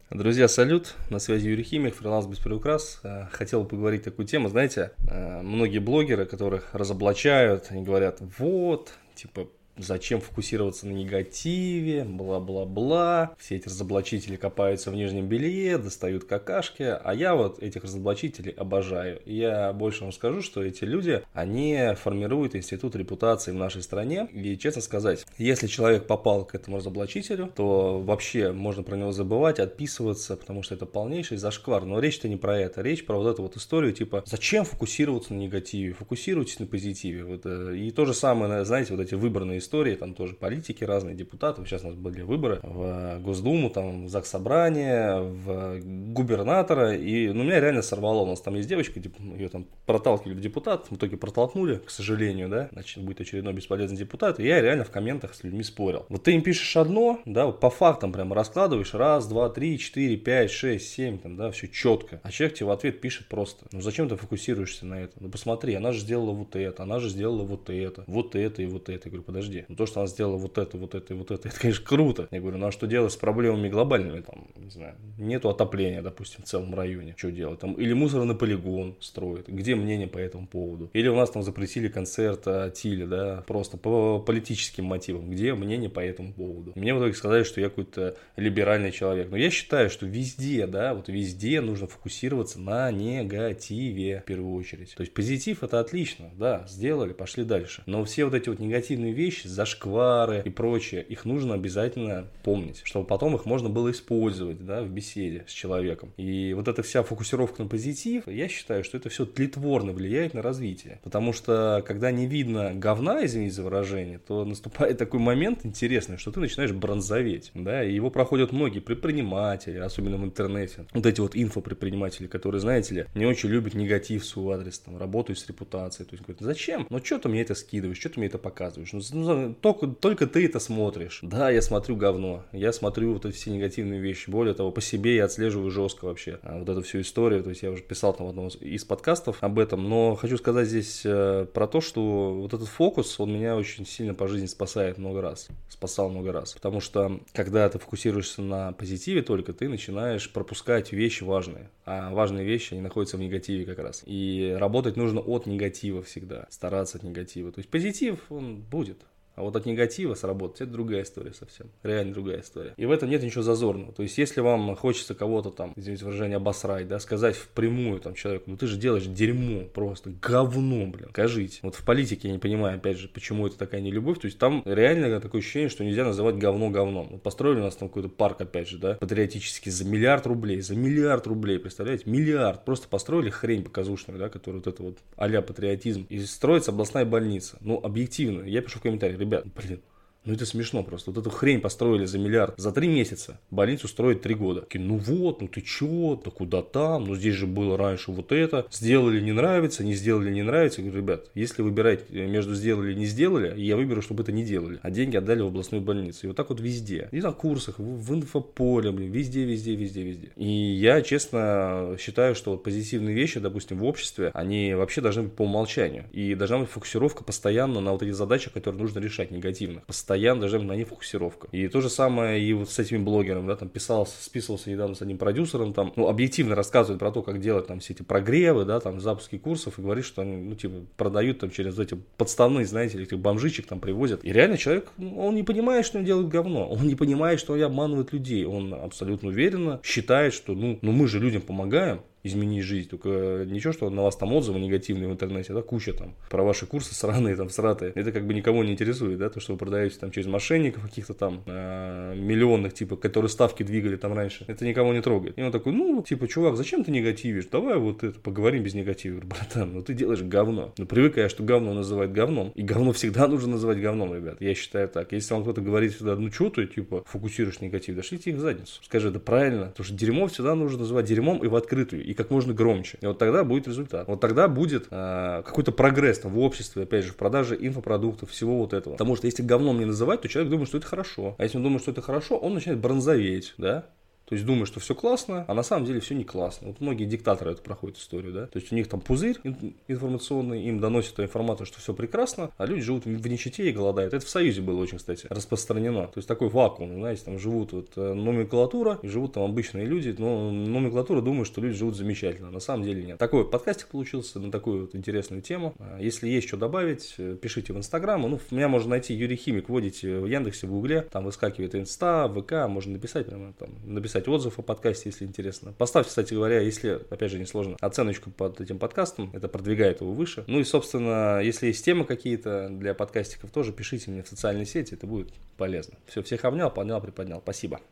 Друзья, салют, на связи Юрий Химик, фриланс без приукрас. Хотел поговорить такую тему, знаете, многие блогеры, которых разоблачают, они говорят, вот, типа, зачем фокусироваться на негативе, бла-бла-бла. Все эти разоблачители копаются в нижнем белье, достают какашки, а я вот этих разоблачителей обожаю. И я больше вам скажу, что эти люди, они формируют институт репутации в нашей стране. И честно сказать, если человек попал к этому разоблачителю, то вообще можно про него забывать, отписываться, потому что это полнейший зашквар. Но речь-то не про это, речь про вот эту вот историю, типа, зачем фокусироваться на негативе, фокусируйтесь на позитиве. Вот, и то же самое, знаете, вот эти выбранные истории, там тоже политики разные, депутаты, сейчас у нас были выборы в Госдуму, там, в Заксобрание, в губернатора, и меня реально сорвало, у нас там есть девочка, ее там проталкивали в депутат, в итоге протолкнули, к сожалению, да, значит, будет очередной бесполезный депутат, и я реально в комментах с людьми спорил. Вот ты им пишешь одно, да, вот по фактам прямо раскладываешь, 1, 2, 3, 4, 5, 6, 7, там, да, все четко, а человек тебе в ответ пишет просто, зачем ты фокусируешься на этом? Посмотри, она же сделала вот это, она же сделала вот это и вот это. Я говорю, подожди. То, что она сделала вот это, это, конечно, круто. Я говорю, а что делать с проблемами глобальными? Там, не знаю, нету отопления, допустим, в целом районе. Что делать? Там, или мусорный полигон строят. Где мнение по этому поводу? Или у нас там запретили концерт Тиле, да, просто по политическим мотивам. Где мнение по этому поводу? Мне в итоге сказали, что я какой-то либеральный человек. Но я считаю, что везде, да, вот везде нужно фокусироваться на негативе в первую очередь. То есть позитив это отлично, да, сделали, пошли дальше. Но все вот эти вот негативные вещи, зашквары и прочее, их нужно обязательно помнить, чтобы потом их можно было использовать, да, в беседе с человеком. И вот эта вся фокусировка на позитив, я считаю, что это все тлетворно влияет на развитие. Потому что, когда не видно говна, извините за выражение, то наступает такой момент интересный, что ты начинаешь бронзоветь, да, и его проходят многие предприниматели, особенно в интернете. Вот эти вот инфопредприниматели, которые, знаете ли, не очень любят негатив в свой адрес, там, работают с репутацией. То есть, говорят, зачем? Ну, что ты мне это скидываешь, что ты мне это показываешь? Только ты это смотришь. Да, я смотрю говно, я смотрю вот эти все негативные вещи. Более того, по себе я отслеживаю жестко вообще вот эту всю историю. То есть я уже писал там в одном из подкастов об этом, но хочу сказать здесь про то, что вот этот фокус, он меня очень сильно по жизни спасает много раз. Спасал много раз. Потому что, когда ты фокусируешься на позитиве только, ты начинаешь пропускать вещи важные. А важные вещи, они находятся в негативе как раз. И работать нужно от негатива всегда. Стараться от негатива. То есть позитив, он будет. А вот от негатива сработать, это другая история совсем. Реально другая история. И в этом нет ничего зазорного. То есть, если вам хочется кого-то там, извините выражение, обосрать, да, сказать впрямую там человеку, ты же делаешь дерьмо просто, говно, блин, скажите. Вот в политике я не понимаю, опять же, почему это такая нелюбовь. То есть, там реально такое ощущение, что нельзя называть говно говном. Вот построили у нас там какой-то парк, опять же, да, патриотический за миллиард рублей, представляете, миллиард. Просто построили хрень показушную, да, которая вот это вот а-ля патриотизм. И строится областная больница. Ну, объективно, я пишу в комментариях, ребят, блин, ну это смешно просто. Вот эту хрень построили за миллиард. За 3 месяца. Больницу строить 3 года. Ну вот, ну ты чё? Да куда там? Ну здесь же было раньше вот это. Сделали не нравится, не сделали не нравится. Я говорю, ребят, если выбирать между сделали и не сделали, я выберу, чтобы это не делали. А деньги отдали в областную больницу. И вот так вот везде. И на курсах, в инфополе, блин, везде. И я, честно, считаю, что вот позитивные вещи, допустим, в обществе, они вообще должны быть по умолчанию. И должна быть фокусировка постоянно на вот эти задачи, которые нужно решать негативных. Постоянно должна быть на них фокусировка. И то же самое и вот с этими блогерами, да, там списывался недавно с одним продюсером, там, объективно рассказывает про то, как делать там все эти прогревы, да, там, запуски курсов, и говорит, что они, продают там через эти подставные, знаете, этих бомжичек там привозят. И реально человек, он не понимает, что он делает говно, он не понимает, что он обманывает людей, он абсолютно уверенно считает, что, мы же людям помогаем изменить жизнь, только ничего, что на вас там отзывы негативные в интернете, да, куча там, про ваши курсы сраные, там, всратые, это как бы никого не интересует, да, то, что вы продаете там через мошенников каких-то там, миллионных, типа, которые ставки двигали там раньше, это никого не трогает. И он такой, чувак, зачем ты негативишь, давай вот это, поговорим без негатива. Я говорю, братан, ты делаешь говно, привыкай, что говно называют говном, и говно всегда нужно называть говном, ребят, я считаю так. Если вам кто-то говорит сюда, что ты, типа, фокусируешь негатив, дошлите их в задницу, скажи, это правильно, потому что дерьмо всегда нужно называть дерьмом и в открытую, и как можно громче. И вот тогда будет результат. Вот тогда будет какой-то прогресс там, в обществе, опять же, в продаже инфопродуктов, всего вот этого. Потому что если говном не называть, то человек думает, что это хорошо. А если он думает, что это хорошо, он начинает бронзоветь, да? То есть думают, что все классно, а на самом деле все не классно. Вот многие диктаторы это проходят историю, да. То есть у них там пузырь информационный, им доносят эту информацию, что все прекрасно, а люди живут в нищете и голодают. Это в Союзе было очень, кстати, распространено. То есть такой вакуум, знаете, там живут вот номенклатура, и живут там обычные люди, но номенклатура думает, что люди живут замечательно, а на самом деле нет. Такой вот подкастик получился на такую вот интересную тему. Если есть что добавить, пишите в Инстаграм. Ну, меня можно найти Юрий Химик, вводите в Яндексе, в Гугле, там выскакивает Инста, ВК, можно написать, прямо там, написать отзыв о подкасте, если интересно. Поставьте, кстати говоря, если, опять же, не сложно, оценочку под этим подкастом, это продвигает его выше. Ну и, собственно, если есть темы какие-то для подкастиков, тоже пишите мне в социальные сети, это будет полезно. Все, всех обнял, поднял, приподнял. Спасибо.